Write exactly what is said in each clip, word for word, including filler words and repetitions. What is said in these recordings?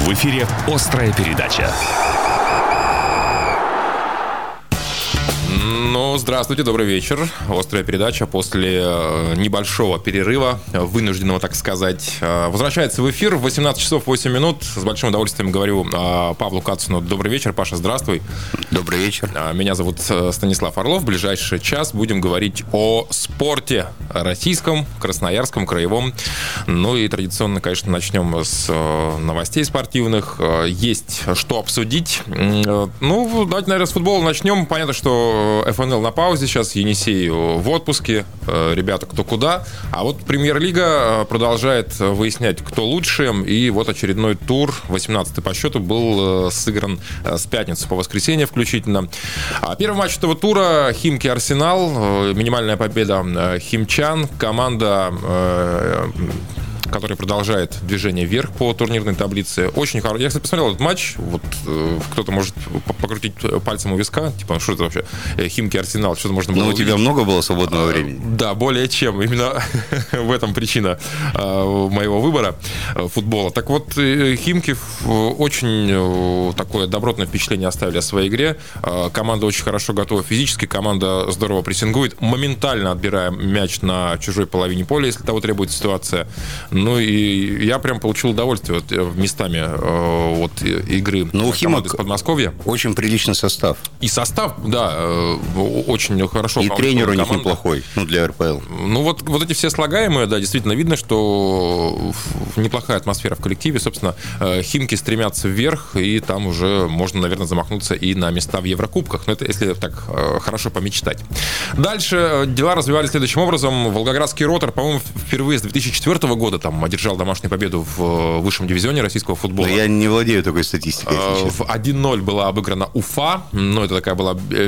В эфире «Острая передача». Ну, здравствуйте, добрый вечер. Острая передача после небольшого перерыва, вынужденного, так сказать, возвращается в эфир в восемнадцать часов восемь минут. С большим удовольствием говорю Павлу Кацину. Добрый вечер, Паша, здравствуй. Добрый вечер. Меня зовут Станислав Орлов. В ближайший час будем говорить о спорте российском, красноярском, краевом. Ну и традиционно, конечно, начнем с новостей спортивных. Есть что обсудить. Ну, давайте, наверное, с футбола начнем. Понятно, что эф эн эл на паузе сейчас, Енисей в отпуске, ребята кто куда. А вот Премьер-лига продолжает выяснять, кто лучше. И вот очередной тур, восемнадцатый по счету, был сыгран с пятницы по воскресенье включительно. Первый матч этого тура — Химки-Арсенал. Минимальная победа химчан. Команда, который продолжает движение вверх по турнирной таблице. Очень хороший. Я, кстати, посмотрел этот матч. Вот э, кто-то может покрутить пальцем у виска. Типа, ну что это вообще? Химки, Арсенал. Что-то можно было Но у увидеть. тебя много было свободного времени? Да, более чем. Именно в этом причина э, моего выбора э, футбола. Так вот, э, Химки очень э, такое добротное впечатление оставили о своей игре. Э, команда очень хорошо готова физически. Команда здорово прессингует. Моментально отбирая мяч на чужой половине поля, если того требует ситуация. Ну и я прям получил удовольствие вот, местами э, вот, игры ну, команды из Подмосковья. Очень приличный состав. И состав, да, э, очень хорошо. И тренер у них команда неплохой, ну, для эр пэ эл. Ну вот, вот эти все слагаемые, да, действительно видно, что неплохая атмосфера в коллективе. Собственно, Химки стремятся вверх, и там уже можно, наверное, замахнуться и на места в Еврокубках. Но это если так хорошо помечтать. Дальше дела развивались следующим образом. Волгоградский «Ротор», по-моему, впервые с две тысячи четвёртого года там одержал домашнюю победу в высшем дивизионе российского футбола. Но я не владею такой статистикой. В один ноль была обыграна Уфа. Ну, это такая была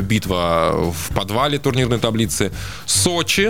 битва в подвале турнирной таблицы. Сочи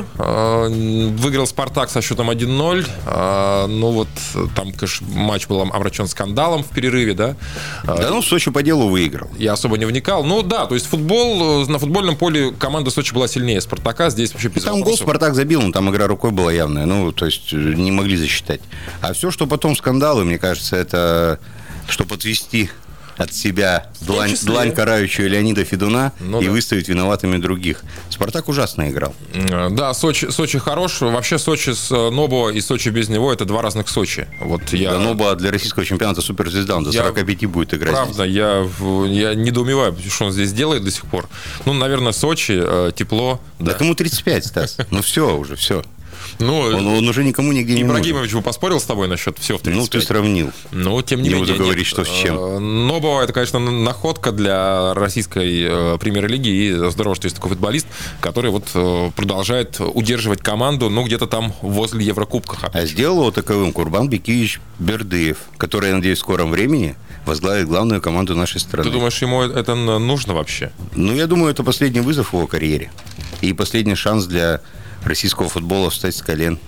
выиграл Спартак со счетом один ноль. Ну, вот там, конечно, матч был омрачен скандалом в перерыве, да? Да, ну, Сочи по делу выиграл. Я особо не вникал. Ну, да, то есть футбол, на футбольном поле команда Сочи была сильнее Спартака. Здесь вообще без Там вопросов. гол Спартак забил, но там игра рукой была явная. Ну, то есть не могли засчитать. А все, что потом скандалы, мне кажется, это чтобы отвести от себя длань, длань карающую Леонида Федуна ну, и да. выставить виноватыми других. Спартак ужасно играл. Да, Сочи, Сочи хорош. Вообще Сочи с Нобо и Сочи без него — это два разных Сочи. Вот я... Да, Нобо для российского чемпионата суперзвезда, он до сорок пять будет играть. Правда, я, я недоумеваю, что он здесь делает до сих пор. Ну, наверное, Сочи, тепло. Да, да. Ему тридцать пять, Стас. Ну все, уже все. Ну, он, он уже никому нигде не нужен. Ибрагимович бы поспорил с тобой насчет всего в тридцать пять. Ну, ты сравнил. Ну, тем не, не менее. Не буду говорить, что с чем. Нобо — это, конечно, находка для российской э, премьер-лиги. И здорово, что есть такой футболист, который вот э, продолжает удерживать команду, ну, где-то там возле Еврокубка. А сделал его таковым Курбан Бекиевич Бердыев, который, я надеюсь, в скором времени возглавит главную команду нашей страны. Ты думаешь, ему это нужно вообще? Ну, я думаю, это последний вызов в его карьере. И последний шанс для российского футбола встать с колен.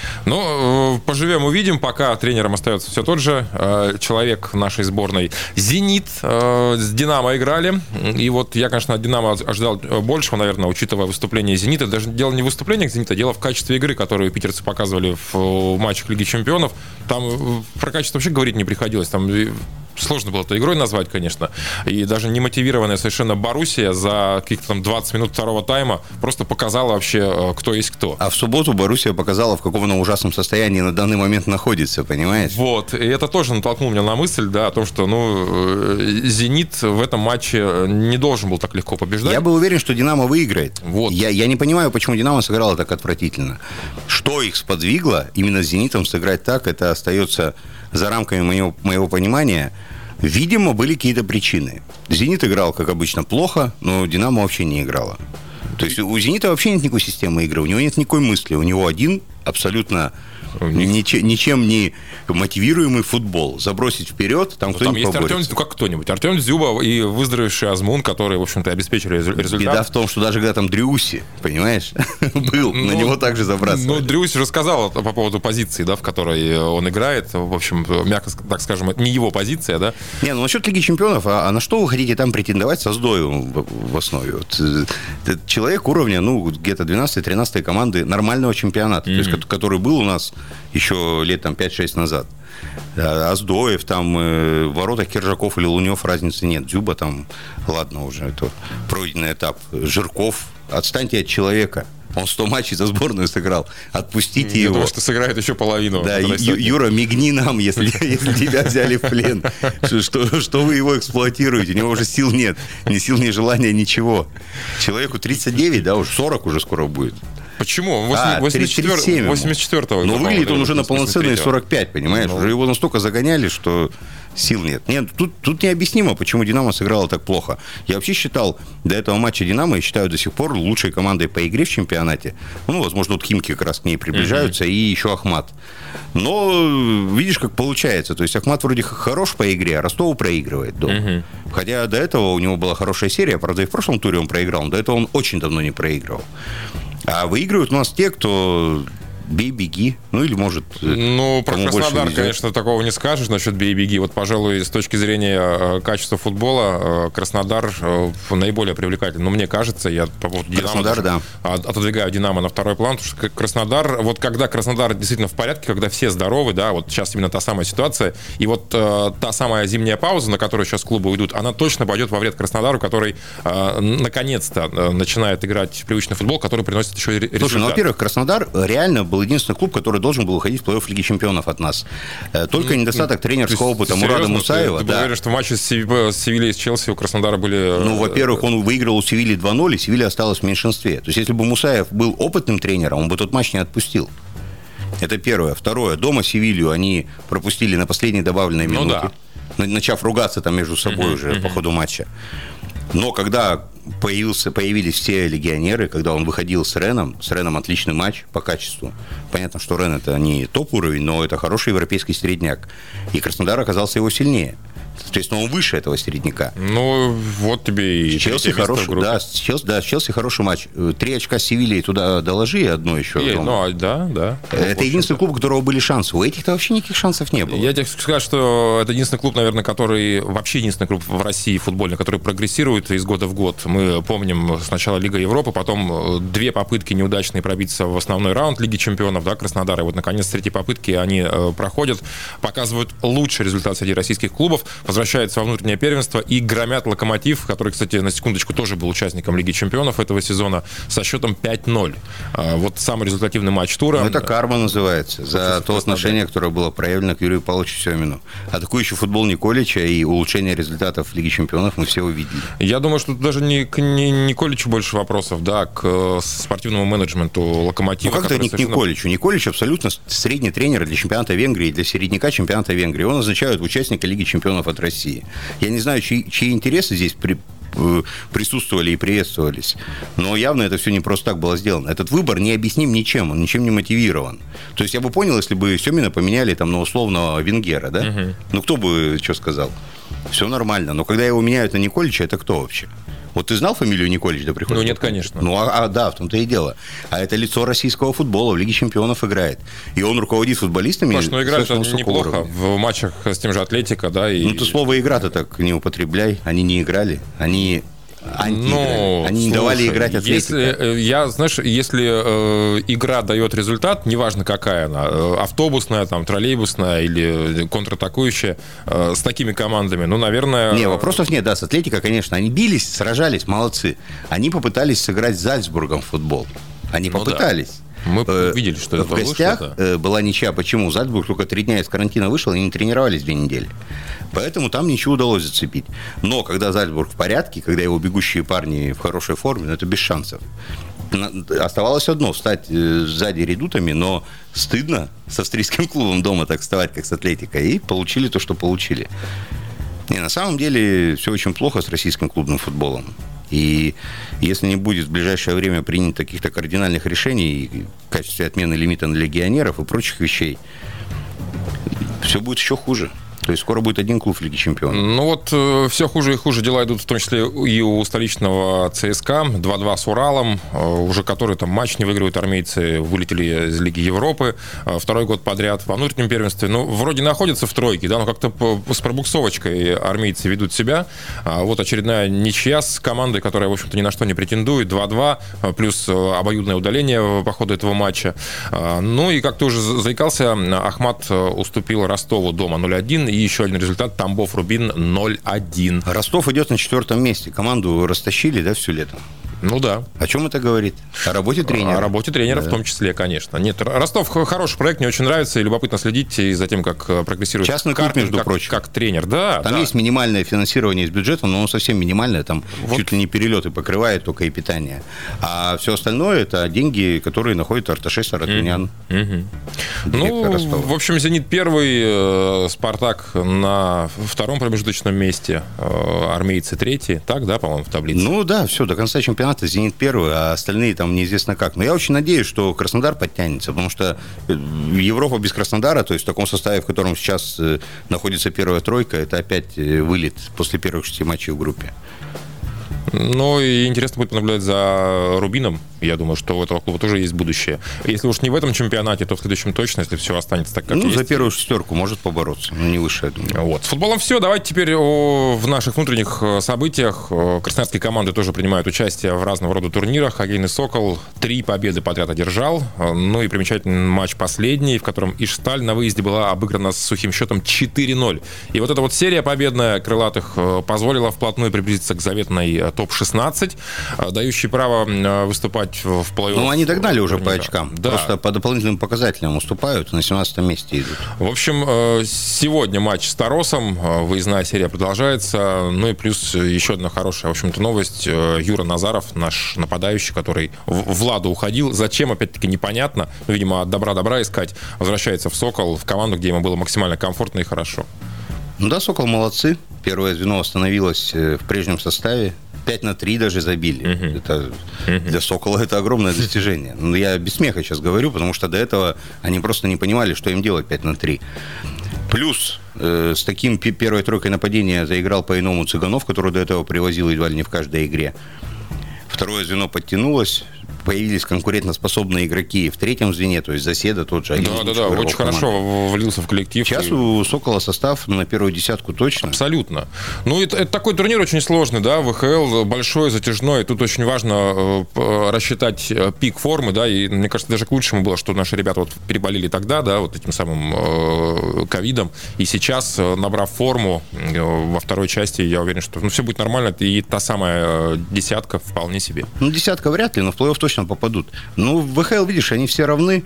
Ну, поживем, увидим. Пока тренером остается все тот же человек нашей сборной. «Зенит» с «Динамо» играли. И вот я, конечно, от «Динамо» ожидал большего, наверное, учитывая выступление «Зенита». Даже дело не в выступлениях «Зенита», дело в качестве игры, которую питерцы показывали в матчах Лиги чемпионов. Там про качество вообще говорить не приходилось. Там сложно было это игрой назвать, конечно. И даже немотивированная совершенно Боруссия за каких-то там двадцать минут второго тайма просто показала вообще, кто есть кто. А в субботу Боруссия показала, в каком она ужасном состоянии на данный момент находится, понимаешь? Вот. И это тоже натолкнуло меня на мысль, да, о том, что, ну, «Зенит» в этом матче не должен был так легко побеждать. Я был уверен, что «Динамо» выиграет. Вот. Я, я не понимаю, почему «Динамо» сыграло так отвратительно. Что их сподвигло именно с «Зенитом» сыграть так, это остается за рамками моего, моего понимания. Видимо, были какие-то причины. «Зенит» играл, как обычно, плохо, но «Динамо» вообще не играла. То есть у «Зенита» вообще нет никакой системы игры, у него нет никакой мысли, у него один абсолютно ничем, ничем не мотивируемый футбол. Забросить вперед, там ну, кто-нибудь там поборется. Есть Артем, ну как кто-нибудь. Артем Дзюба и выздоровевший Азмун, которые, в общем-то, обеспечили результат. Беда в том, что даже когда там Дрюси, понимаешь, был, на него также забрасывали. Ну, Дрюси же сказал по поводу позиции, да, в которой он играет. В общем, мягко так скажем, это не его позиция, да. Не, ну насчет Лиги чемпионов, а, а на что вы хотите там претендовать со Сдоевым в, в основе? Вот, человек уровня, ну, где-то двенадцатой-тринадцатой команды нормального чемпионата. Mm-hmm. То есть mm-hmm. который был у нас еще лет там пять-шесть назад. Оздоев, там, э, в воротах Киржаков или Лунев разницы нет. Дзюба там, ладно уже, это пройденный этап. Жирков, отстаньте от человека. Он сто матчей за сборную сыграл. Отпустите Я его. Потому что сыграет еще половину. Да, Ю- Юра, мигни нам, если, если тебя взяли в плен. Что, что вы его эксплуатируете? У него уже сил нет. Ни сил, ни желания, ничего. Человеку тридцать девять, да, уже сорок уже скоро будет. Почему? А, восемьдесят четвёртого. Но выглядит он уже на полноценные сорок пять, понимаешь? Ну. Уже его настолько загоняли, что сил нет. Нет, тут, тут необъяснимо, почему «Динамо» сыграло так плохо. Я вообще считал до этого матча «Динамо», я считаю до сих пор лучшей командой по игре в чемпионате. Ну, возможно, вот «Химки» как раз к ней приближаются, mm-hmm. и еще «Ахмат». Но видишь, как получается. То есть «Ахмат» вроде хорош по игре, а Ростову проигрывает дома. Mm-hmm. Хотя до этого у него была хорошая серия, правда, и в прошлом туре он проиграл, но до этого он очень давно не проигрывал. А выигрывают у нас те, кто бей, беги. Ну, или, может, ну, про Краснодар, конечно, такого не скажешь насчет бей, беги. Вот, пожалуй, с точки зрения качества футбола Краснодар наиболее привлекательный. Но мне кажется, я по поводу Краснодар, Динамо да. отодвигаю Динамо на второй план, потому что Краснодар, вот когда Краснодар действительно в порядке, когда все здоровы, да, вот сейчас именно та самая ситуация, и вот э, та самая зимняя пауза, на которую сейчас клубы уйдут, она точно пойдет во вред Краснодару, который э, наконец-то э, начинает играть в привычный футбол, который приносит еще и результат. Слушай, ну, во-первых, Краснодар реально был единственный клуб, который должен был уходить в плей-офф Лиги Чемпионов от нас. Только недостаток тренерского опыта Мурада Мусаева. Ты, ты да. уверен, что матчи с Севильей и с Челси у Краснодара были... Ну, во-первых, он выиграл у Севильи два ноль, и Севилья осталась в меньшинстве. То есть, если бы Мусаев был опытным тренером, он бы тот матч не отпустил. Это первое. Второе. Дома Севилью они пропустили на последней добавленной минуте, ну, да. начав ругаться там между собой uh-huh, уже uh-huh. по ходу матча. Но когда появился, появились все легионеры, когда он выходил с Реном, с Реном отличный матч по качеству. Понятно, что Рен это не топ-уровень, но это хороший европейский середняк. И Краснодар оказался его сильнее. Соответственно, он выше этого середняка. Ну, вот тебе и Челси хороший, да, с Челси, да, с Челси хороший матч. Три очка с Севильей туда доложи, и одно еще. И, ну, да, да. Это вот единственный клуб, у которого были шансы. У этих-то вообще никаких шансов не было. Я тебе скажу, что это единственный клуб, наверное, который... Вообще единственный клуб в России футбольный, который прогрессирует из года в год. Мы помним сначала Лига Европы, потом две попытки неудачные пробиться в основной раунд Лиги Чемпионов, да, Краснодара. И вот, наконец, с третьей попытки они э, проходят, показывают лучший результат среди российских клубов, возвращаются во внутреннее первенство и громят Локомотив, который, кстати, на секундочку тоже был участником Лиги Чемпионов этого сезона, со счетом пять ноль. Вот самый результативный матч тура. Ну, это карма называется, за то отношение, которое было проявлено к Юрию Павловичу Семину. Атакующий футбол Николича и улучшение результатов Лиги Чемпионов мы все увидели. Я думаю, что даже не к не, Николичу больше вопросов, да, к спортивному менеджменту Локомотива. Ну, как это не к совершенно... Николичу? Николич абсолютно средний тренер для чемпионата Венгрии, для середняка чемпионата Венгрии. Он назначает участника Лиги Чемпионов от России. Я не знаю, чьи, чьи интересы здесь при, присутствовали и приветствовались, но явно это все не просто так было сделано. Этот выбор не объясним ничем, он ничем не мотивирован. То есть я бы понял, если бы Семина поменяли там на условного Венгера, да? Угу. Ну, кто бы что сказал? Все нормально. Но когда его меняют на Николича, это кто вообще? Вот ты знал фамилию Николич до прихода? Ну, нет, конечно. Ну, а, а да, в том-то и дело. А это лицо российского футбола, в Лиге Чемпионов играет. И он руководит футболистами. Паш, ну, играет он неплохо уровня. В матчах с тем же Атлетико, да. И... Ну, ты слово «игра»-то так не употребляй. Они не играли. Они... Ну, Они не слушай, давали играть Атлетико. Если, я, знаешь, если э, игра дает результат, неважно какая она, э, автобусная, там, троллейбусная или контратакующая, э, с такими командами, ну, наверное... Не, вопросов нет, да, с Атлетико, конечно. Они бились, сражались, молодцы. Они попытались сыграть с Зальцбургом в футбол. Они ну, попытались. Да. Мы э, видели, что это в гостях вышло, да. была ничья. Почему? Зальцбург только три дня из карантина вышел и не тренировались две недели. Поэтому там ничего удалось зацепить. Но когда Зальцбург в порядке, когда его бегущие парни в хорошей форме, ну, это без шансов. Оставалось одно – встать сзади редутами, но стыдно с австрийским клубом дома так вставать, как с Атлетико. И получили то, что получили. Не, на самом деле все очень плохо с российским клубным футболом. И если не будет в ближайшее время принято каких-то кардинальных решений в качестве отмены лимита на легионеров и прочих вещей, все будет еще хуже. То есть скоро будет один клуб в Лиге Чемпионов. Ну вот э, все хуже и хуже дела идут, в том числе и у столичного ЦСКА. два-два с Уралом, э, уже который там матч не выигрывают армейцы, вылетели из Лиги Европы. Э, второй год подряд во внутреннем первенстве. Ну, вроде находятся в тройке, да, но как-то по, с пробуксовочкой армейцы ведут себя. А вот очередная ничья с командой, которая, в общем-то, ни на что не претендует. два-два, плюс обоюдное удаление по ходу этого матча. Э, ну и, как ты уже заикался, Ахмат уступил Ростову дома ноль один. И еще один результат. Тамбов-Рубин ноль один. Ростов идет на четвертом месте. Команду растащили, да, все лето? Ну да. О чем это говорит? О работе тренера. О работе тренера, да, в том числе, конечно. Нет, Ростов хороший проект, мне очень нравится, и любопытно следить и за тем, как прогрессирует частный клуб, между как, прочим. Как тренер, да. Там да. есть минимальное финансирование из бюджета, но оно совсем минимальное, там вот. Чуть ли не перелеты покрывает, только и питание. А все остальное это деньги, которые находит Арташес Саратунян. Mm-hmm. Ну, Ростова. В общем, «Зенит» первый, «Спартак» на втором промежуточном месте, армейцы третий, так, да, по-моему, в таблице? Ну да, все, до конца чемпионата «Зенит» первый, а остальные там неизвестно как. Но я очень надеюсь, что Краснодар подтянется, потому что Европа без Краснодара, то есть в таком составе, в котором сейчас находится первая тройка, это опять вылет после первых шести матчей в группе. Ну, и интересно будет понаблюдать за «Рубином». Я думаю, что у этого клуба тоже есть будущее. Если уж не в этом чемпионате, то в следующем точно, если все останется так, как ну, есть. Ну, за первую шестерку может побороться, но не выше, я думаю. Вот. С футболом все. Давайте теперь о, в наших внутренних событиях. Красноярские команды тоже принимают участие в разного рода турнирах. Хоккейный «Сокол» три победы подряд одержал. Ну и примечательный матч последний, в котором Ижсталь на выезде была обыграна с сухим счетом четыре ноль. И вот эта вот серия победная крылатых позволила вплотную приблизиться к заветной топ шестнадцать, дающей право выступать в плей-офф. Ну, они догнали уже турнира. по очкам. Да. Просто по дополнительным показателям уступают, на семнадцатом месте идут. В общем, сегодня матч с Таросом, выездная серия продолжается. Ну и плюс еще одна хорошая, в общем-то, новость. Юра Назаров, наш нападающий, который в Ладу уходил. Зачем, опять-таки, непонятно. Ну, видимо, от добра-добра искать. Возвращается в «Сокол», в команду, где ему было максимально комфортно и хорошо. Ну да, «Сокол» молодцы. Первое звено остановилось в прежнем составе. пять на три даже забили. Uh-huh. Это, uh-huh. Для «Сокола» это огромное достижение. Но я без смеха сейчас говорю, потому что до этого они просто не понимали, что им делать пять на три. Плюс э, с таким первой тройкой нападения заиграл по-иному Цыганов, который до этого привозил едва ли не в каждой игре. Второе звено подтянулось. Появились конкурентоспособные игроки в третьем звене, то есть Заседа тот же. Да, да, да, очень команды. Хорошо влился в коллектив. Сейчас у «Сокола» состав на первую десятку точно. Абсолютно. Ну, это, это такой турнир очень сложный, да, ВХЛ большой, затяжной. Тут очень важно э, рассчитать пик формы, да, и мне кажется, даже к лучшему было, что наши ребята вот переболели тогда, да, вот этим самым ковидом. Э, и сейчас, набрав форму э, во второй части, я уверен, что ну, все будет нормально, и та самая десятка вполне себе. Ну, десятка вряд ли, но в плей-офф точно попадут. Ну, в ВХЛ, видишь, они все равны.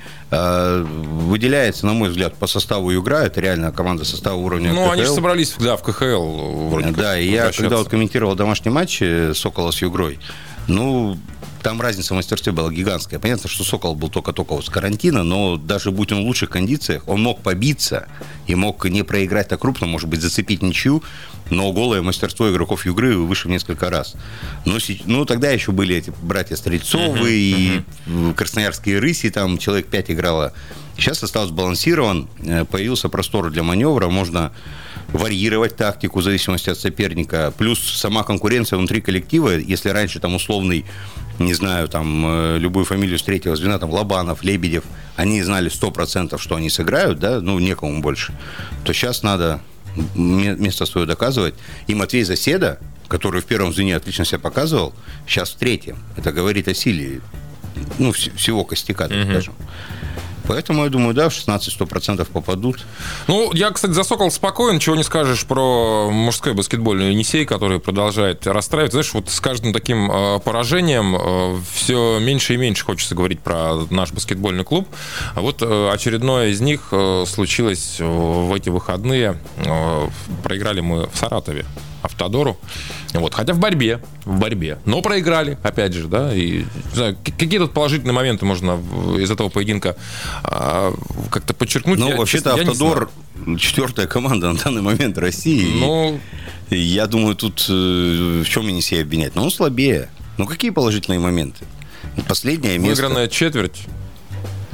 Выделяется, на мой взгляд, по составу Югра. Это реально команда состава уровня ну, КХЛ. Ну, они же собрались, да, в КХЛ вроде Да, как и я, когда вот комментировал домашний матч «Сокола» с Югрой, ну, там разница в мастерстве была гигантская. Понятно, что «Сокол» был только-только вот с карантина, но даже будь он в лучших кондициях, он мог побиться и мог не проиграть так крупно, может быть, зацепить ничью, но голое мастерство игроков Югры выше в несколько раз. Ну, ну тогда еще были эти братья Стрельцовы uh-huh, и uh-huh. красноярские рыси, там человек пять играло. Сейчас состав сбалансирован, появился простор для маневра, можно варьировать тактику в зависимости от соперника. Плюс сама конкуренция внутри коллектива, если раньше там условный, не знаю, там любую фамилию с третьего звена, там Лобанов, Лебедев, они знали сто процентов, что они сыграют, да, ну некому больше, то сейчас надо место свое доказывать. И Матвей Заседа, который в первом звене отлично себя показывал, сейчас в третьем. Это говорит о силе, ну, всего костяка, так uh-huh. скажем. Поэтому, я думаю, да, в шестнадцать сто процентов попадут. Ну, я, кстати, за «Сокол» спокоен. Чего не скажешь про мужской баскетбольный Енисей, который продолжает расстраивать. Знаешь, вот с каждым таким э, поражением э, все меньше и меньше хочется говорить про наш баскетбольный клуб. А вот э, очередное из них э, случилось э, в эти выходные. Э, проиграли мы в Саратове Автодору. Вот. Хотя в борьбе, в борьбе. Но проиграли, опять же, да. И, не знаю, какие тут положительные моменты можно из этого поединка а, как-то подчеркнуть? Ну, я, вообще-то честно, Автодор четвертая команда на данный момент России. Ну, я думаю, тут в чем Енисей обвинять? Ну, он слабее. Ну, какие положительные моменты? Последнее место. Выигранная четверть.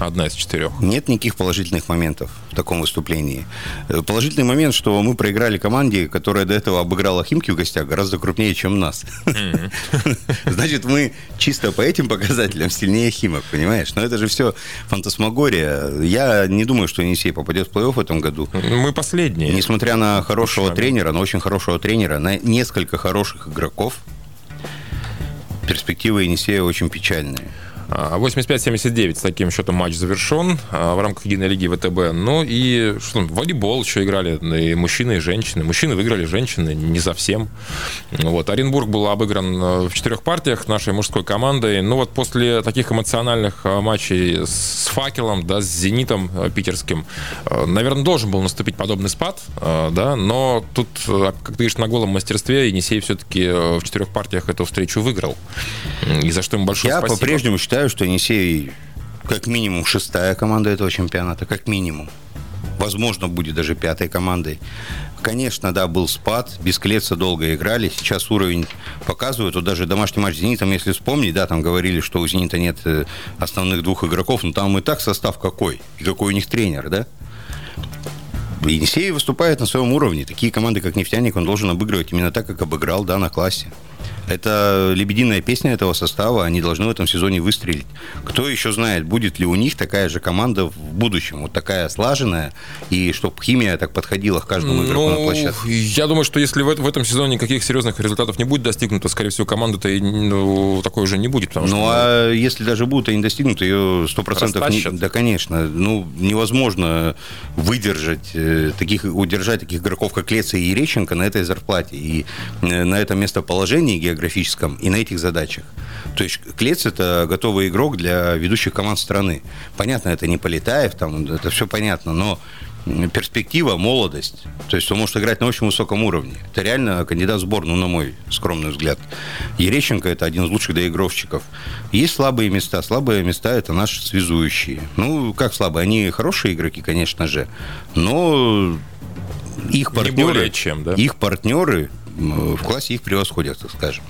Одна из четырех. Нет никаких положительных моментов в таком выступлении. Положительный момент, что мы проиграли команде, которая до этого обыграла Химки в гостях гораздо крупнее, чем нас. Значит, мы чисто по этим показателям сильнее Химок, понимаешь? Но это же все фантасмагория. Я не думаю, что Енисей попадет в плей-офф в этом году. Мы последние. Несмотря на хорошего тренера, на очень хорошего тренера, на несколько хороших игроков, перспективы Енисея очень печальные. восемьдесят пять семьдесят девять с таким счетом матч завершен в рамках единой лиги ВТБ. Ну и что, волейбол еще играли и мужчины, и женщины. Мужчины выиграли, женщины не совсем. Вот. Оренбург был обыгран в четырех партиях нашей мужской командой. Ну вот после таких эмоциональных матчей с «Факелом», да, с «Зенитом» питерским, наверное, должен был наступить подобный спад, да, но тут, как ты говоришь, на голом мастерстве Енисей все-таки в четырех партиях эту встречу выиграл. И за что ему большое Я спасибо. Я по-прежнему считаю, Считаю, что Енисей как минимум шестая команда этого чемпионата, как минимум. Возможно, будет даже пятой командой. Конечно, да, был спад, без Клеца долго играли. Сейчас уровень показывают. Вот даже домашний матч с «Зенитом», если вспомнить, да, там говорили, что у «Зенита» нет основных двух игроков, но там и так состав какой, и какой у них тренер, да? Енисей выступает на своем уровне. Такие команды, как «Нефтяник», он должен обыгрывать именно так, как обыграл, да, на классе. Это лебединая песня этого состава, они должны в этом сезоне выстрелить. Кто еще знает, будет ли у них такая же команда в будущем, вот такая слаженная, и чтобы химия так подходила к каждому игроку ну, на площадке? Я думаю, что если в, в этом сезоне никаких серьезных результатов не будет достигнуто, скорее всего, команда-то ну, такой уже не будет. Потому ну, что, а ну, если даже будут они достигнуты, ее сто процентов... Не, да, конечно. Ну, невозможно выдержать э, таких, удержать таких игроков, как Леца и Ереченко на этой зарплате и э, на этом местоположении географическом и на этих задачах. То есть Клец – это готовый игрок для ведущих команд страны. Понятно, это не Полетаев, там, это все понятно, но перспектива, молодость. То есть он может играть на очень высоком уровне. Это реально кандидат в сборную, на мой скромный взгляд. Ереченко – это один из лучших доигровщиков. Есть слабые места. Слабые места – это наши связующие. Ну, как слабые? Они хорошие игроки, конечно же, но их партнеры, не более чем, да? Их партнеры в классе их превосходят, так скажем.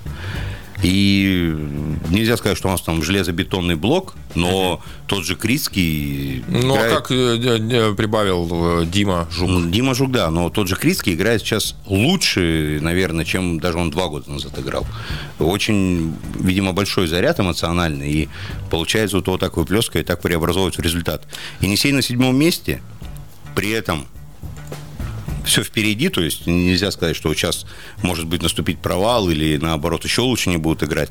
И нельзя сказать, что у нас там железобетонный блок, но тот же Крицкий... Ну, играет... а как прибавил Дима Жук? Дима Жук, да, но тот же Крицкий играет сейчас лучше, наверное, чем даже он два года назад играл. Очень, видимо, большой заряд эмоциональный, и получается вот, вот так выплескивает, так преобразовывается в результат. Енисей на седьмом месте, при этом... все впереди, то есть нельзя сказать, что сейчас может быть наступить провал или наоборот еще лучше не будут играть.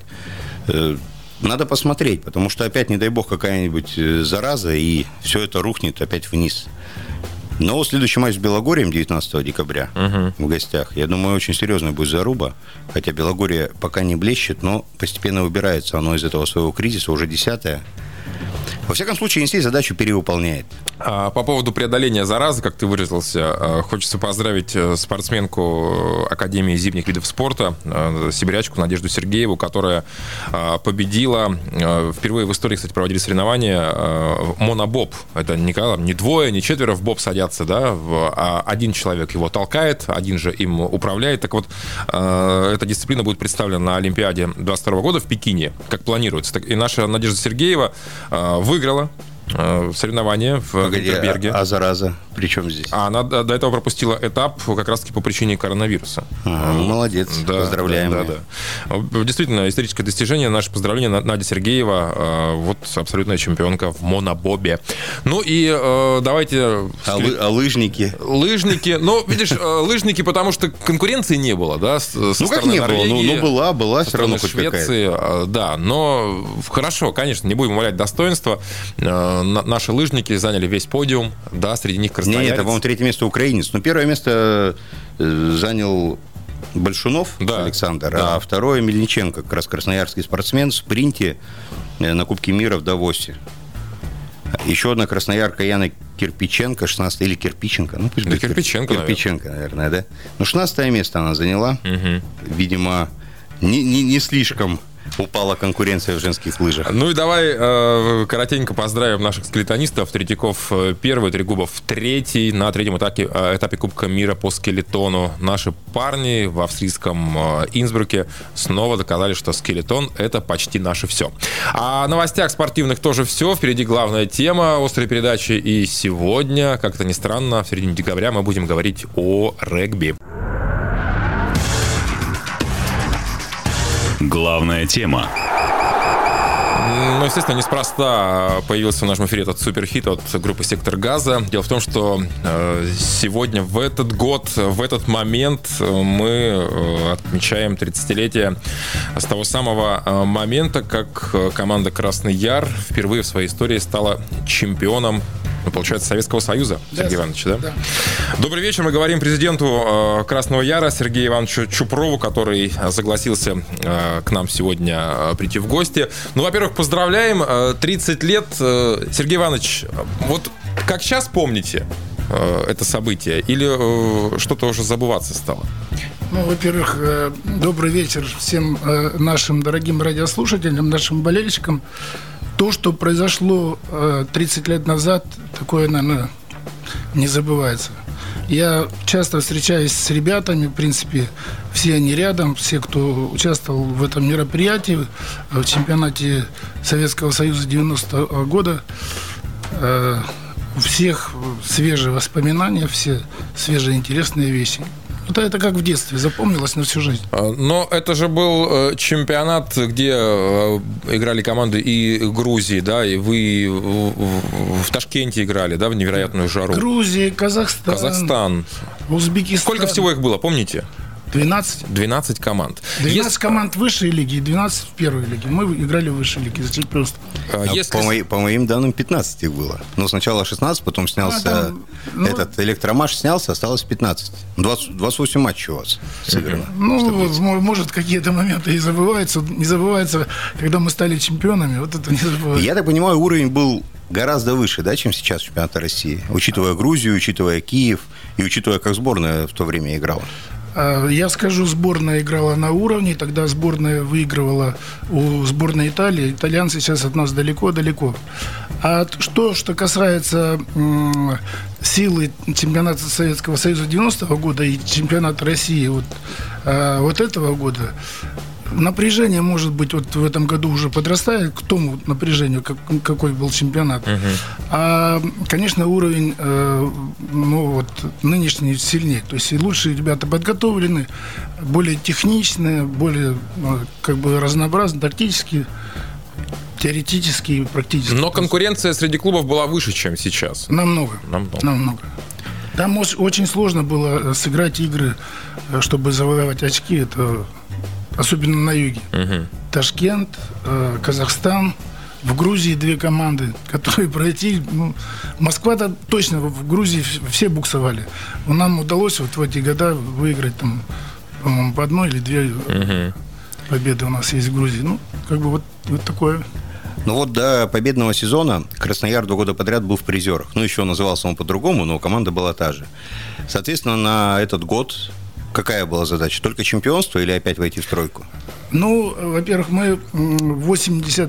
Надо посмотреть, потому что опять, не дай бог, какая-нибудь зараза, и все это рухнет опять вниз. Но следующий матч с Белогорием девятнадцатого декабря uh-huh. в гостях, я думаю, очень серьезная будет заруба, хотя Белогорье пока не блещет, но постепенно выбирается оно из этого своего кризиса, уже десятое. Во всяком случае, Енисей задачу перевыполняет. По поводу преодоления заразы, как ты выразился, хочется поздравить спортсменку Академии зимних видов спорта, сибирячку Надежду Сергееву, которая победила. Впервые в истории, кстати, проводили соревнования монобоб. Это не, не двое, не четверо в боб садятся, да, а один человек его толкает, один же им управляет. Так вот, эта дисциплина будет представлена на Олимпиаде двадцать второго года в Пекине, как планируется. И наша Надежда Сергееева выиграла соревнования в Гейдельберге. А, а зараза? При чем здесь? А она до, до этого пропустила этап как раз-таки по причине коронавируса. А, ну, молодец. Да, поздравляем. Да, да, да. Действительно, историческое достижение. Наше поздравление. Надя Сергеева, вот абсолютная чемпионка в монобобе. Ну и давайте... А, лы, а лыжники? Лыжники. Ну, видишь, лыжники, потому что конкуренции не было, да? Со ну, как не Норвегии, было? Ну, ну, была, была все равно хоть Швеции, какая-то. Да, но хорошо, конечно, не будем умалять достоинства. Наши лыжники заняли весь подиум, да, среди них красноярец. Нет, это, по-моему, третье место украинец. Но первое место занял Большунов да, Александр, да. А второе Мельниченко, как раз красноярский спортсмен в спринте на Кубке мира в Давосе. Еще одна красноярка Яна Кирпиченко, шестнадцатое, или Кирпиченко. Ну, пусть да, будет Кирпиченко, Кирпиченко, наверное. наверное, да. Ну, шестнадцатое место она заняла. Угу. Видимо, не, не, не слишком упала конкуренция в женских лыжах. Ну и давай э, коротенько поздравим наших скелетонистов. Третьяков первый, Трегубов третий на третьем этапе, этапе Кубка мира по скелетону. Наши парни в австрийском э, Инсбруке снова доказали, что скелетон — это почти наше все. А о новостях спортивных тоже все. Впереди главная тема острой передачи. И сегодня, как это ни странно, в середине декабря мы будем говорить о регби. Главная тема. Ну, естественно, неспроста появился в нашем эфире этот суперхит от группы «Сектор газа». Дело в том, что сегодня, в этот год, в этот момент мы отмечаем тридцатилетие с того самого момента, как команда «Красный Яр» впервые в своей истории стала чемпионом, ну, получается, Советского Союза, да, Сергей Иванович, да? Да. Добрый вечер. Мы говорим президенту э, Красного Яра Сергею Ивановичу Чупрову, который согласился э, к нам сегодня э, прийти в гости. Ну, во-первых, поздравляем. Э, тридцать лет. Э, Сергей Иванович, вот как сейчас помните э, это событие? Или э, что-то уже забываться стало? Ну, во-первых, э, добрый вечер всем э, нашим дорогим радиослушателям, нашим болельщикам. То, что произошло э, тридцать лет назад, такое, наверное, не забывается. Я часто встречаюсь с ребятами, в принципе, все они рядом, все, кто участвовал в этом мероприятии, в чемпионате Советского Союза девяностого года. Э, у всех свежие воспоминания, все свежие интересные вещи. Это, это как в детстве, запомнилось на всю жизнь. Но это же был чемпионат, где играли команды и Грузии, да, и вы в Ташкенте играли, да, в невероятную жару. Грузия, Казахстан, Казахстан. Узбекистан. Сколько всего их было, помните? двенадцать. двенадцать команд. двенадцать Если... команд высшей лиги и двенадцать в первой лиге. Мы играли в высшей лиге за чемпионство. А Если... по, мои, по моим данным, пятнадцать их было. Но сначала шестнадцать, потом снялся а, там, ну... этот электромаш, снялся, осталось пятнадцать. двадцать, двадцать восемь матчей у вас сыграно. Ну, вот, может, какие-то моменты и забываются. Не забывается, когда мы стали чемпионами. Вот это не забывается. Я так понимаю, уровень был гораздо выше, да, чем сейчас чемпионата России. Учитывая Грузию, учитывая Киев и учитывая, как сборная в то время играла. Я скажу, сборная играла на уровне, тогда сборная выигрывала у сборной Италии. Итальянцы сейчас от нас далеко-далеко. А что, что касается м- силы чемпионата Советского Союза девяностого года и чемпионата России вот, а, вот этого года, напряжение, может быть, вот в этом году уже подрастает к тому напряжению, как, какой был чемпионат. Uh-huh. А, конечно, уровень э, ну, вот, нынешний сильнее. То есть и лучшие ребята подготовлены, более техничные, более как бы разнообразные, тактически, теоретически, практически. Но конкуренция среди клубов была выше, чем сейчас. Намного. Намного. Намного. Там очень сложно было сыграть игры, чтобы завоевать очки. Это особенно на юге. Uh-huh. Ташкент, э, Казахстан, в Грузии две команды, которые пройти. Ну, Москва-то точно в Грузии все буксовали. Но нам удалось вот в эти года выиграть там, по-моему, по одной или две uh-huh. победы у нас есть в Грузии. Ну, как бы вот, вот такое. Ну вот до победного сезона Краснояр два года подряд был в призерах. Ну, еще назывался он по-другому, но команда была та же. Соответственно, на этот год какая была задача? Только чемпионство или опять войти в тройку? Ну, во-первых, мы в восемьдесят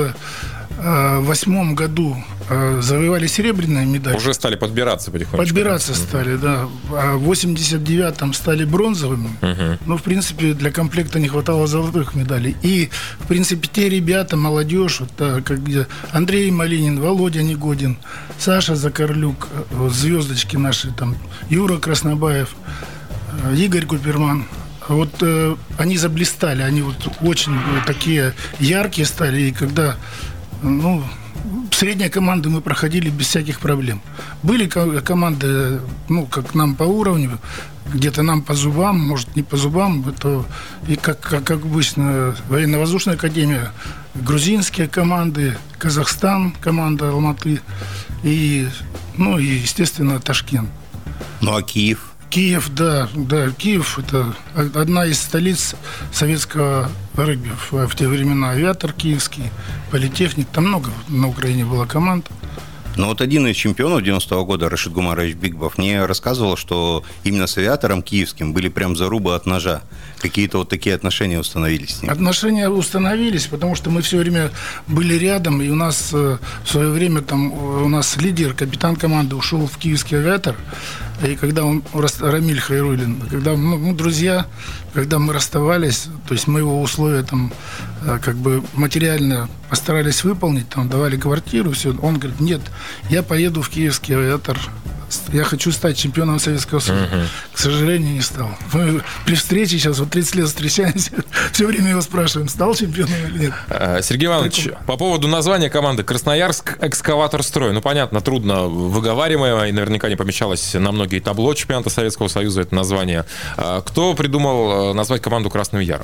восьмом году завоевали серебряную медаль. Уже стали подбираться потихонечку. Подбираться стали, да. А в восемьдесят девятом стали бронзовыми. Uh-huh. Ну, в принципе, для комплекта не хватало золотых медалей. И, в принципе, те ребята, молодежь, вот, да, как где Андрей Малинин, Володя Негодин, Саша Закарлюк, вот, звездочки наши, там, Юра Краснобаев, Игорь Куперман. Вот э, они заблистали, они вот очень э, такие яркие стали. И когда, ну, средние команды мы проходили без всяких проблем. Были ко- команды, ну, как нам по уровню, где-то нам по зубам, может, не по зубам. Это, и как, как, как обычно, военно-воздушная академия, грузинские команды, Казахстан, команда Алматы и, ну, и, естественно, Ташкент. Ну, а Киев? Киев, да, да, Киев – это одна из столиц советского регби в, в те времена. Авиатор киевский, политехник, там много на Украине было команд. Но вот один из чемпионов девяностого года, Рашид Гумарович Бигбов, мне рассказывал, что именно с «Авиатором» киевским были прям зарубы от ножа. Какие-то вот такие отношения установились с ним. Отношения установились, потому что мы все время были рядом, и у нас в свое время там у нас лидер, капитан команды ушел в киевский «Авиатор», и когда он, Рамиль Хайруллин, когда ну, мы друзья, когда мы расставались, то есть мы его условия там как бы материально постарались выполнить, там давали квартиру, все, он говорит, нет, я поеду в киевский «Авиатор», я хочу стать чемпионом Советского Союза. Uh-huh. К сожалению, не стал. Мы при встрече сейчас, вот тридцать лет встречаемся, все время его спрашиваем, стал чемпионом или нет. Сергей Иванович, Поэтому... по поводу названия команды «Красноярск экскаватор-строй». Ну, понятно, трудно выговариваемое, и наверняка не помещалось на многие табло чемпионата Советского Союза это название. Кто придумал назвать команду «Красным Яром»?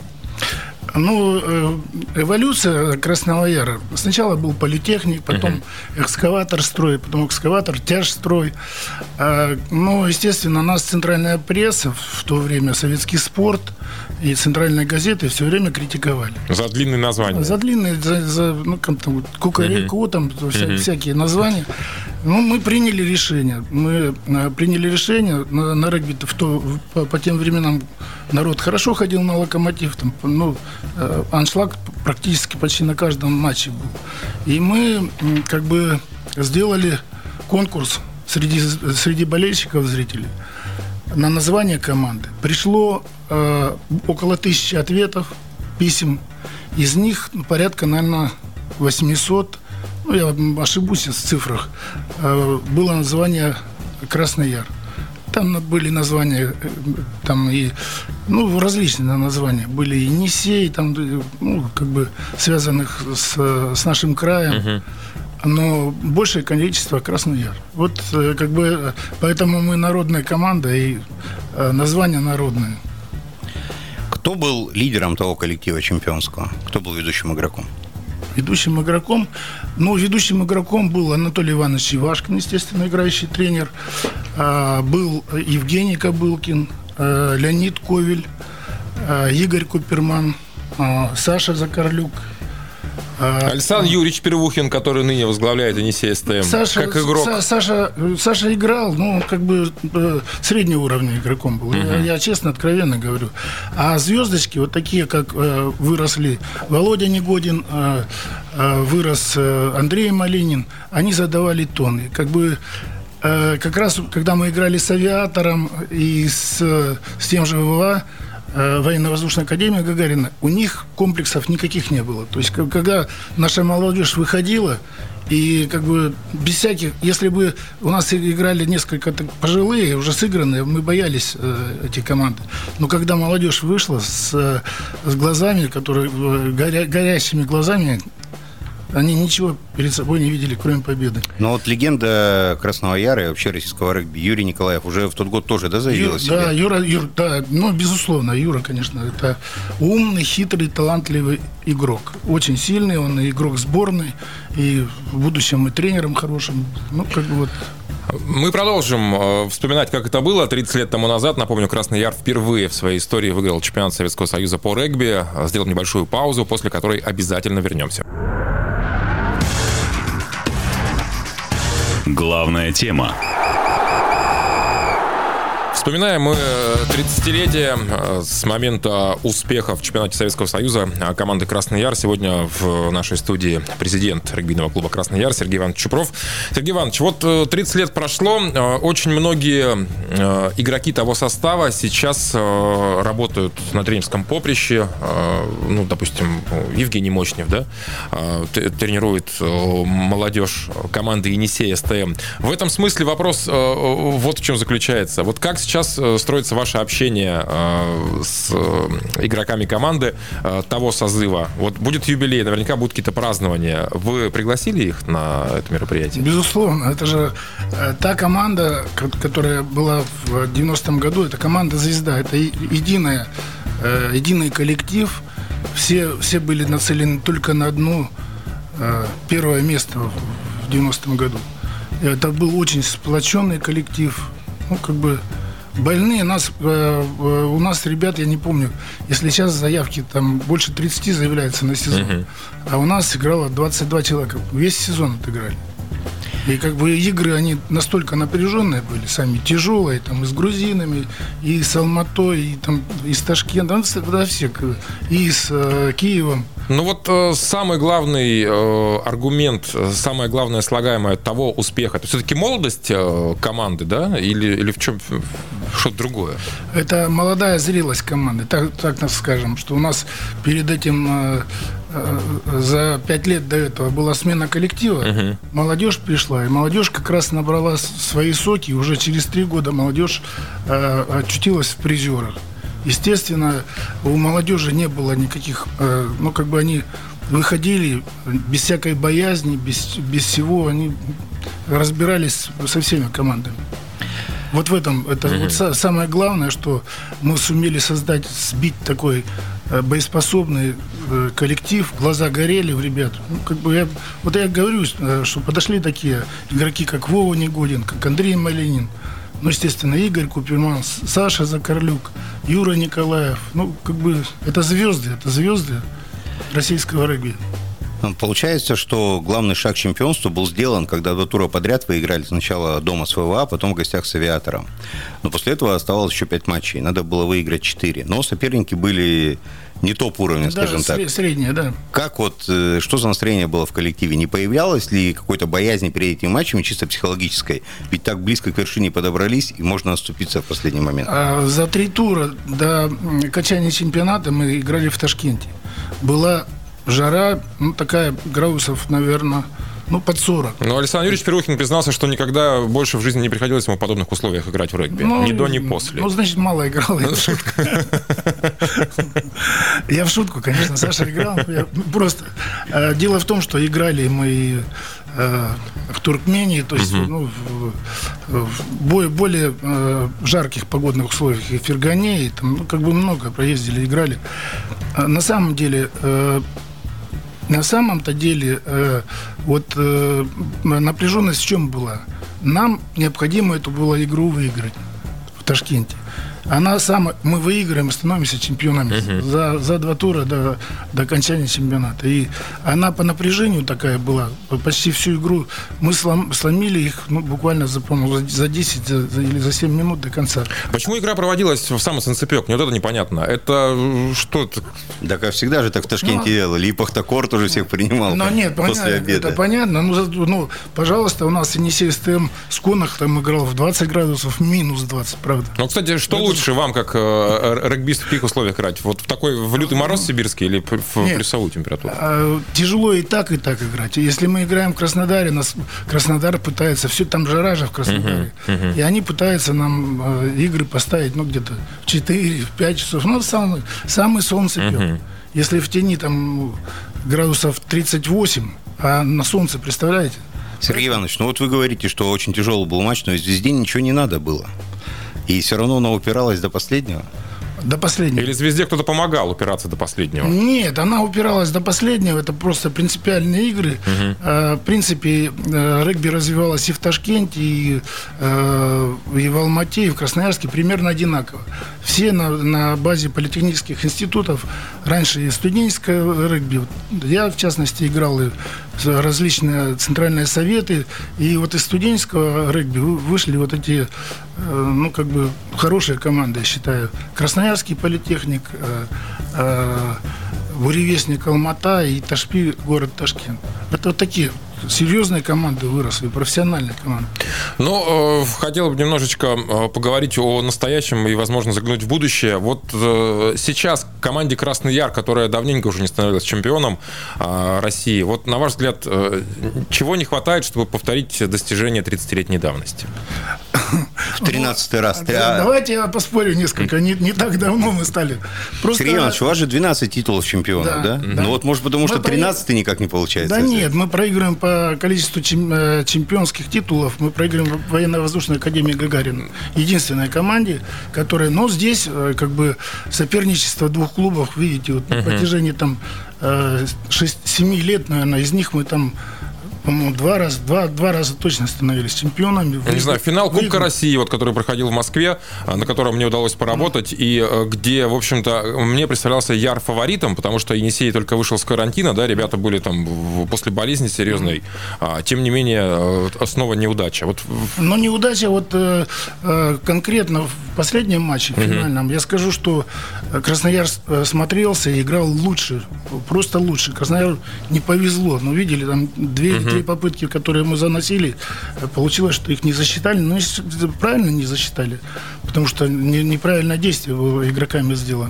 Ну, эволюция Красного Яра. Сначала был политехник, потом uh-huh. экскаватор-строй, потом экскаватор-тяжстрой. Ну, естественно, нас центральная пресса, в то время советский спорт и центральные газеты все время критиковали. За длинные названия. За длинные, за, за ну, там, кукареку, uh-huh. там вся, uh-huh. всякие названия. Ну, мы приняли решение. Мы приняли решение на, на регби. В то, по, по тем временам народ хорошо ходил на «Локомотив». Там, ну, аншлаг практически почти на каждом матче был. И мы как бы сделали конкурс среди, среди болельщиков, зрителей на название команды. Пришло э, около тысячи ответов, писем. Из них порядка, наверное, восемьсот, ну, я ошибусь в цифрах, э, было название «Красный Яр». Там были названия, там и, ну, различные названия. Были и Енисей, там, ну, как бы связанных с, с нашим краем. Uh-huh. Но большее количество Красный Яр. Вот, как бы, поэтому мы народная команда и название народное. Кто был лидером того коллектива чемпионского? Кто был ведущим игроком? Ведущим игроком, ну, ведущим игроком был Анатолий Иванович Ивашкин, естественно, играющий тренер. А, был Евгений Кобылкин, а, Леонид Ковель, а, Игорь Куперман, а, Саша Закарлюк. А, Александр а, Юрьевич Первухин, который ныне возглавляет Енисей СТМ, Саша, как игрок. Са, Саша, Саша играл, ну, как бы э, среднего уровня игроком был. Uh-huh. Я, я честно, откровенно говорю. А звездочки, вот такие, как э, выросли Володя Негодин, э, э, вырос э, Андрей Малинин, они задавали тоны. Как бы э, как раз, когда мы играли с «Авиатором» и с, с тем же ВВА, Военно-воздушная академия Гагарина, у них комплексов никаких не было. То есть, когда наша молодежь выходила, и как бы без всяких, если бы у нас играли несколько так, пожилые, уже сыгранные, мы боялись э, эти команды. Но когда молодежь вышла с, с глазами, которые, горя, горящими глазами, они ничего перед собой не видели, кроме победы. Но вот легенда Красного Яра и вообще российского регби Юрий Николаев уже в тот год тоже, да, заявила себя? Да, Юра, Юра, да, ну, безусловно, Юра, конечно, это умный, хитрый, талантливый игрок. Очень сильный, он и игрок сборной, и в будущем и тренером хорошим. Ну, как бы вот... Мы продолжим вспоминать, как это было. тридцать лет тому назад, напомню, Красный Яр впервые в своей истории выиграл чемпионат Советского Союза по регби. Сделаем небольшую паузу, после которой обязательно вернемся. Главная тема. Вспоминаем мы тридцатилетие с момента успеха в чемпионате Советского Союза команды «Красный Яр». Сегодня в нашей студии президент регбийного клуба «Красный Яр» Сергей Иванович Чупров. Сергей Иванович, вот тридцать лет прошло. Очень многие игроки того состава сейчас работают на тренерском поприще. Ну, допустим, Евгений Мощнев, да, тренирует молодежь команды «Енисей СТМ». В этом смысле вопрос вот в чем заключается. Вот как сейчас строится ваше общение э, с э, игроками команды э, того созыва? Вот будет юбилей, наверняка будут какие-то празднования. Вы пригласили их на это мероприятие? Безусловно. Это же э, та команда, которая была в девяностом году, это команда «Звезда». Это единая, э, единый коллектив. Все, все были нацелены только на одно э, первое место в девяностом году. Это был очень сплоченный коллектив. Ну, как бы больные нас, э, у нас ребят, я не помню, если сейчас заявки там больше тридцати заявляется на сезон, uh-huh. а у нас играло двадцать два человека. Весь сезон отыграли. И как бы игры, они настолько напряженные были, сами тяжелые, там, и с грузинами, и с Алматой, и, там, и с Ташкентом, да, все, и с э, Киевом. Ну вот э, самый главный э, аргумент, самое главное слагаемое того успеха, это все-таки молодость э, команды, да, или, или в чем что-то другое? Это молодая зрелость команды, так, так нас скажем, что у нас перед этим э, э, за пять лет до этого была смена коллектива, uh-huh. молодежь пришла, и молодежь как раз набрала свои соки, и уже через три года молодежь э, очутилась в призерах. Естественно, у молодежи не было никаких, э, ну, как бы они выходили без всякой боязни, без, без всего, они разбирались со всеми командами. Вот в этом, это mm-hmm. вот са- самое главное, что мы сумели создать, сбить такой э, боеспособный э, коллектив, глаза горели у ребят. Ну, как бы я, вот я говорю, э, что подошли такие игроки, как Вова Негодин, как Андрей Малинин, ну, естественно, Игорь Куперман, Саша Закарлюк, Юра Николаев. Ну, как бы, это звезды, это звезды российского регби. Получается, что главный шаг к чемпионству был сделан, когда два тура подряд вы играли сначала дома с ВВА, потом в гостях с Авиатором. Но после этого оставалось еще пять матчей. Надо было выиграть четыре. Но соперники были не топ уровня, да, скажем так. Среднее, да. Как вот, что за настроение было в коллективе? Не появлялось ли какой-то боязни перед этими матчами, чисто психологической? Ведь так близко к вершине подобрались, и можно оступиться в последний момент. А за три тура до окончания чемпионата мы играли в Ташкенте. Была жара, ну, такая, градусов, наверное, ну, под сорок. Но Александр Юрьевич Первухин признался, что никогда больше в жизни не приходилось ему в подобных условиях играть в регби. Ну, ни до, ни после. Ну, значит, мало играл. Я в шутку, конечно, Саша играл. Просто. Дело в том, что играли мы в Туркмении, то есть в более жарких погодных условиях, и в Фергане, и там, ну, как бы много проездили, играли. На самом деле, на самом-то деле, э, вот э, напряженность в чем была? Нам необходимо эту было игру выиграть в Ташкенте. Она сама, мы выиграем и становимся чемпионами uh-huh. за, за два тура до, до окончания чемпионата. И она по напряжению такая была, почти всю игру. Мы слом, сломили их, ну, буквально за, за, за десять за, за, или за семь минут до конца. Почему игра проводилась в самый санцепёк? Мне вот это непонятно. Это что это? Да, как всегда же так в Ташкенте ну, делали. И Пахтакор тоже всех принимал ну, нет, после понятно, обеда. Это понятно. Ну, ну, пожалуйста, у нас Енисей СТМ с Конах там играл в двадцать градусов, минус двадцать, правда. Ну, кстати, что лучше? Лучше вам, как э, регбист, в каких условиях играть? Вот в такой в лютый мороз сибирский или в Нет, плюсовую температуру? А, тяжело и так, и так играть. Если мы играем в Краснодаре, нас Краснодар пытается, все там жара же в Краснодаре, uh-huh, uh-huh. и они пытаются нам э, игры поставить, ну, где-то в четыре-пять часов. Ну, самый, самый солнцепёк. Uh-huh. Если в тени там градусов тридцать восемь, а на солнце, представляете? Сергей Иванович, ну вот вы говорите, что очень тяжелый был матч, но Звезде ничего не надо было. И все равно она упиралась до последнего? До последнего. Или Звезде кто-то помогал упираться до последнего? Нет, она упиралась до последнего. Это просто принципиальные игры. Uh-huh. В принципе, регби развивалось и в Ташкенте, и, и в Алмате, и в Красноярске примерно одинаково. Все на, на базе политехнических институтов. Раньше и студенческое регби. Я, в частности, играл и в различные центральные советы. И вот из студенческого регби вышли вот эти, ну, как бы, хорошие команды, я считаю. Красноярский политехник, Буревестник Алмата и Ташпи, город Ташкент. Это вот такие серьезные команды выросли, профессиональные команды. Ну, э, хотел бы немножечко э, поговорить о настоящем и, возможно, заглянуть в будущее. Вот э, сейчас команде «Красный Яр», которая давненько уже не становилась чемпионом э, России, вот, на ваш взгляд, э, чего не хватает, чтобы повторить достижения тридцатилетней давности? В тринадцатый раз. Да, давайте я поспорю несколько. Не, не так давно мы стали. Просто... Сергей Иванович, у вас же двенадцать титулов чемпиона, да? да? да. Ну вот, может, потому мы что тринадцатый про... никак не получается. Да нет, мы проигрываем по количеству чемпионских титулов. Мы проигрываем в военно-воздушной академии Гагарина. Единственной команде, которая... Но здесь как бы соперничество двух клубов, видите, вот на протяжении там шесть-семь лет, наверное, из них мы там по-моему, два раза, два, два раза точно становились чемпионами. Я не знаю, финал Кубка России, вот, который проходил в Москве, на котором мне удалось поработать, mm. и где, в общем-то, мне представлялся Яр фаворитом, потому что Енисей только вышел с карантина, да, ребята были там после болезни серьезной. Mm. Тем не менее, снова неудача. Вот... Но неудача вот конкретно в последнем матче, mm-hmm. финальном, я скажу, что Краснояр смотрелся и играл лучше, просто лучше. Краснояру не повезло, но видели, там две или три попытки, которые мы заносили, получилось, что их не засчитали. Но правильно не засчитали, потому что не, неправильное действие было игроками сделано.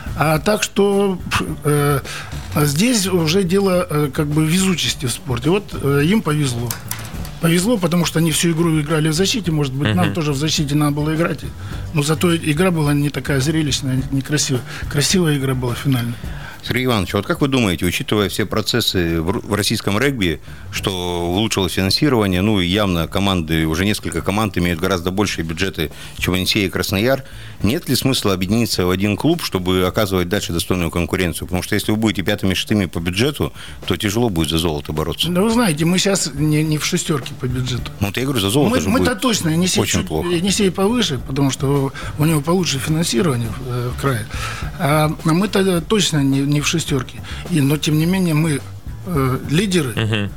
А так что э, здесь уже дело э, как бы везучести в спорте. Вот э, им повезло. Повезло, потому что они всю игру играли в защите. Может быть, uh-huh. нам тоже в защите надо было играть. Но зато игра была не такая зрелищная, некрасивая. Красивая игра была финальная. Сергей Иванович, вот как вы думаете, учитывая все процессы в российском регби, что улучшилось финансирование, ну и явно команды, уже несколько команд имеют гораздо большие бюджеты, чем Енисей и Краснояр, нет ли смысла объединиться в один клуб, чтобы оказывать дальше достойную конкуренцию? Потому что если вы будете пятыми-шестыми по бюджету, то тяжело будет за золото бороться. Да вы знаете, мы сейчас не, не в шестерке по бюджету. Ну, я говорю, за золото мы, же мы-то будет точно, Енисей, очень чуть, плохо. Енисей повыше, потому что у него получше финансирование в, в крае. А мы-то точно не не в шестерке. И, но, тем не менее, мы э, лидеры. Угу.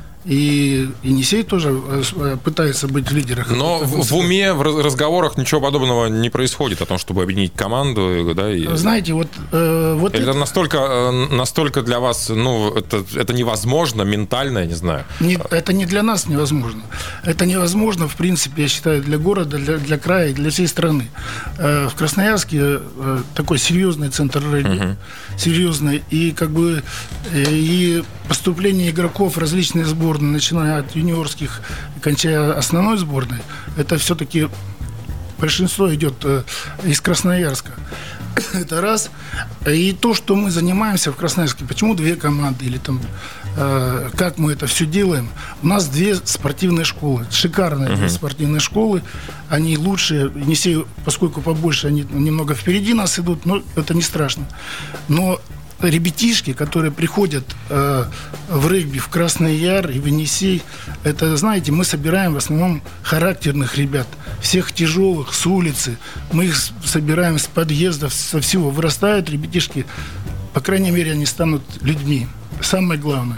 И Енисей тоже пытается быть лидером. Но в, в уме, в разговорах ничего подобного не происходит о том, чтобы объединить команду. Да, и... Знаете, вот... Э, вот это, это настолько, настолько для вас, ну, это, это невозможно, ментально, я не знаю. Не, это не для нас невозможно. Это невозможно, в принципе, я считаю, для города, для, для края и для всей страны. Э, в Красноярске э, такой серьезный центр регби, угу. серьезный, и как бы э, и поступление игроков в различные сборы, начиная от юниорских, кончая основной сборной, это все-таки большинство идет э, из Красноярска. Это раз. И то, что мы занимаемся в Красноярске, почему две команды, или там, э, как мы это все делаем, у нас две спортивные школы, шикарные uh-huh. две спортивные школы, они лучшие, Енисей, поскольку побольше, они немного впереди нас идут, но это не страшно. Но ребятишки, которые приходят э, в регби в Красный Яр и в Енисей, это, знаете, мы собираем в основном характерных ребят, всех тяжелых, с улицы. Мы их собираем с подъездов, со всего. Вырастают ребятишки, по крайней мере, они станут людьми. Самое главное.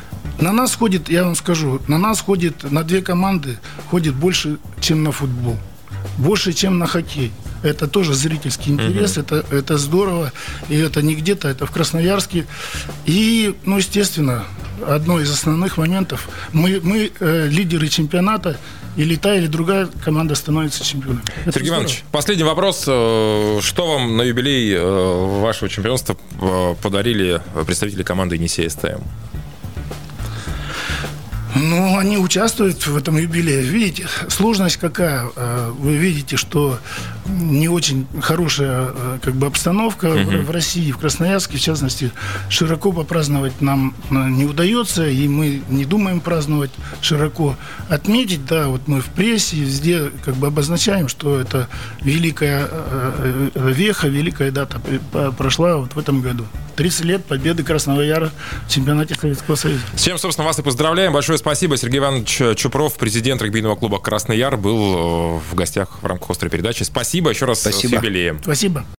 На нас ходит, я вам скажу, на нас ходит, на две команды ходит больше, чем на футбол. Больше, чем на хоккей. Это тоже зрительский интерес, uh-huh. это, это здорово, и это не где-то, это в Красноярске. И, ну, естественно, одно из основных моментов, мы, мы э, лидеры чемпионата, или та, или другая команда становится чемпионом. Это Сергей здорово. Иванович, последний вопрос. Что вам на юбилей вашего чемпионства подарили представители команды Енисей СТМ? Ну, они участвуют в этом юбилее. Видите, сложность какая? Вы видите, что не очень хорошая как бы обстановка uh-huh. в России, в Красноярске, в частности, широко попраздновать нам не удается, и мы не думаем праздновать широко. Отметить, да, вот мы в прессе везде как бы обозначаем, что это великая веха, великая дата прошла вот в этом году. тридцать лет победы Красного Яра в чемпионате Советского Союза. С чем, собственно, вас и поздравляем. Большое спасибо. Сергей Иванович Чупров, президент регбийного клуба «Красный Яр», был в гостях в рамках «Острой передачи». Спасибо еще раз. Спасибо. С юбилеем. Спасибо.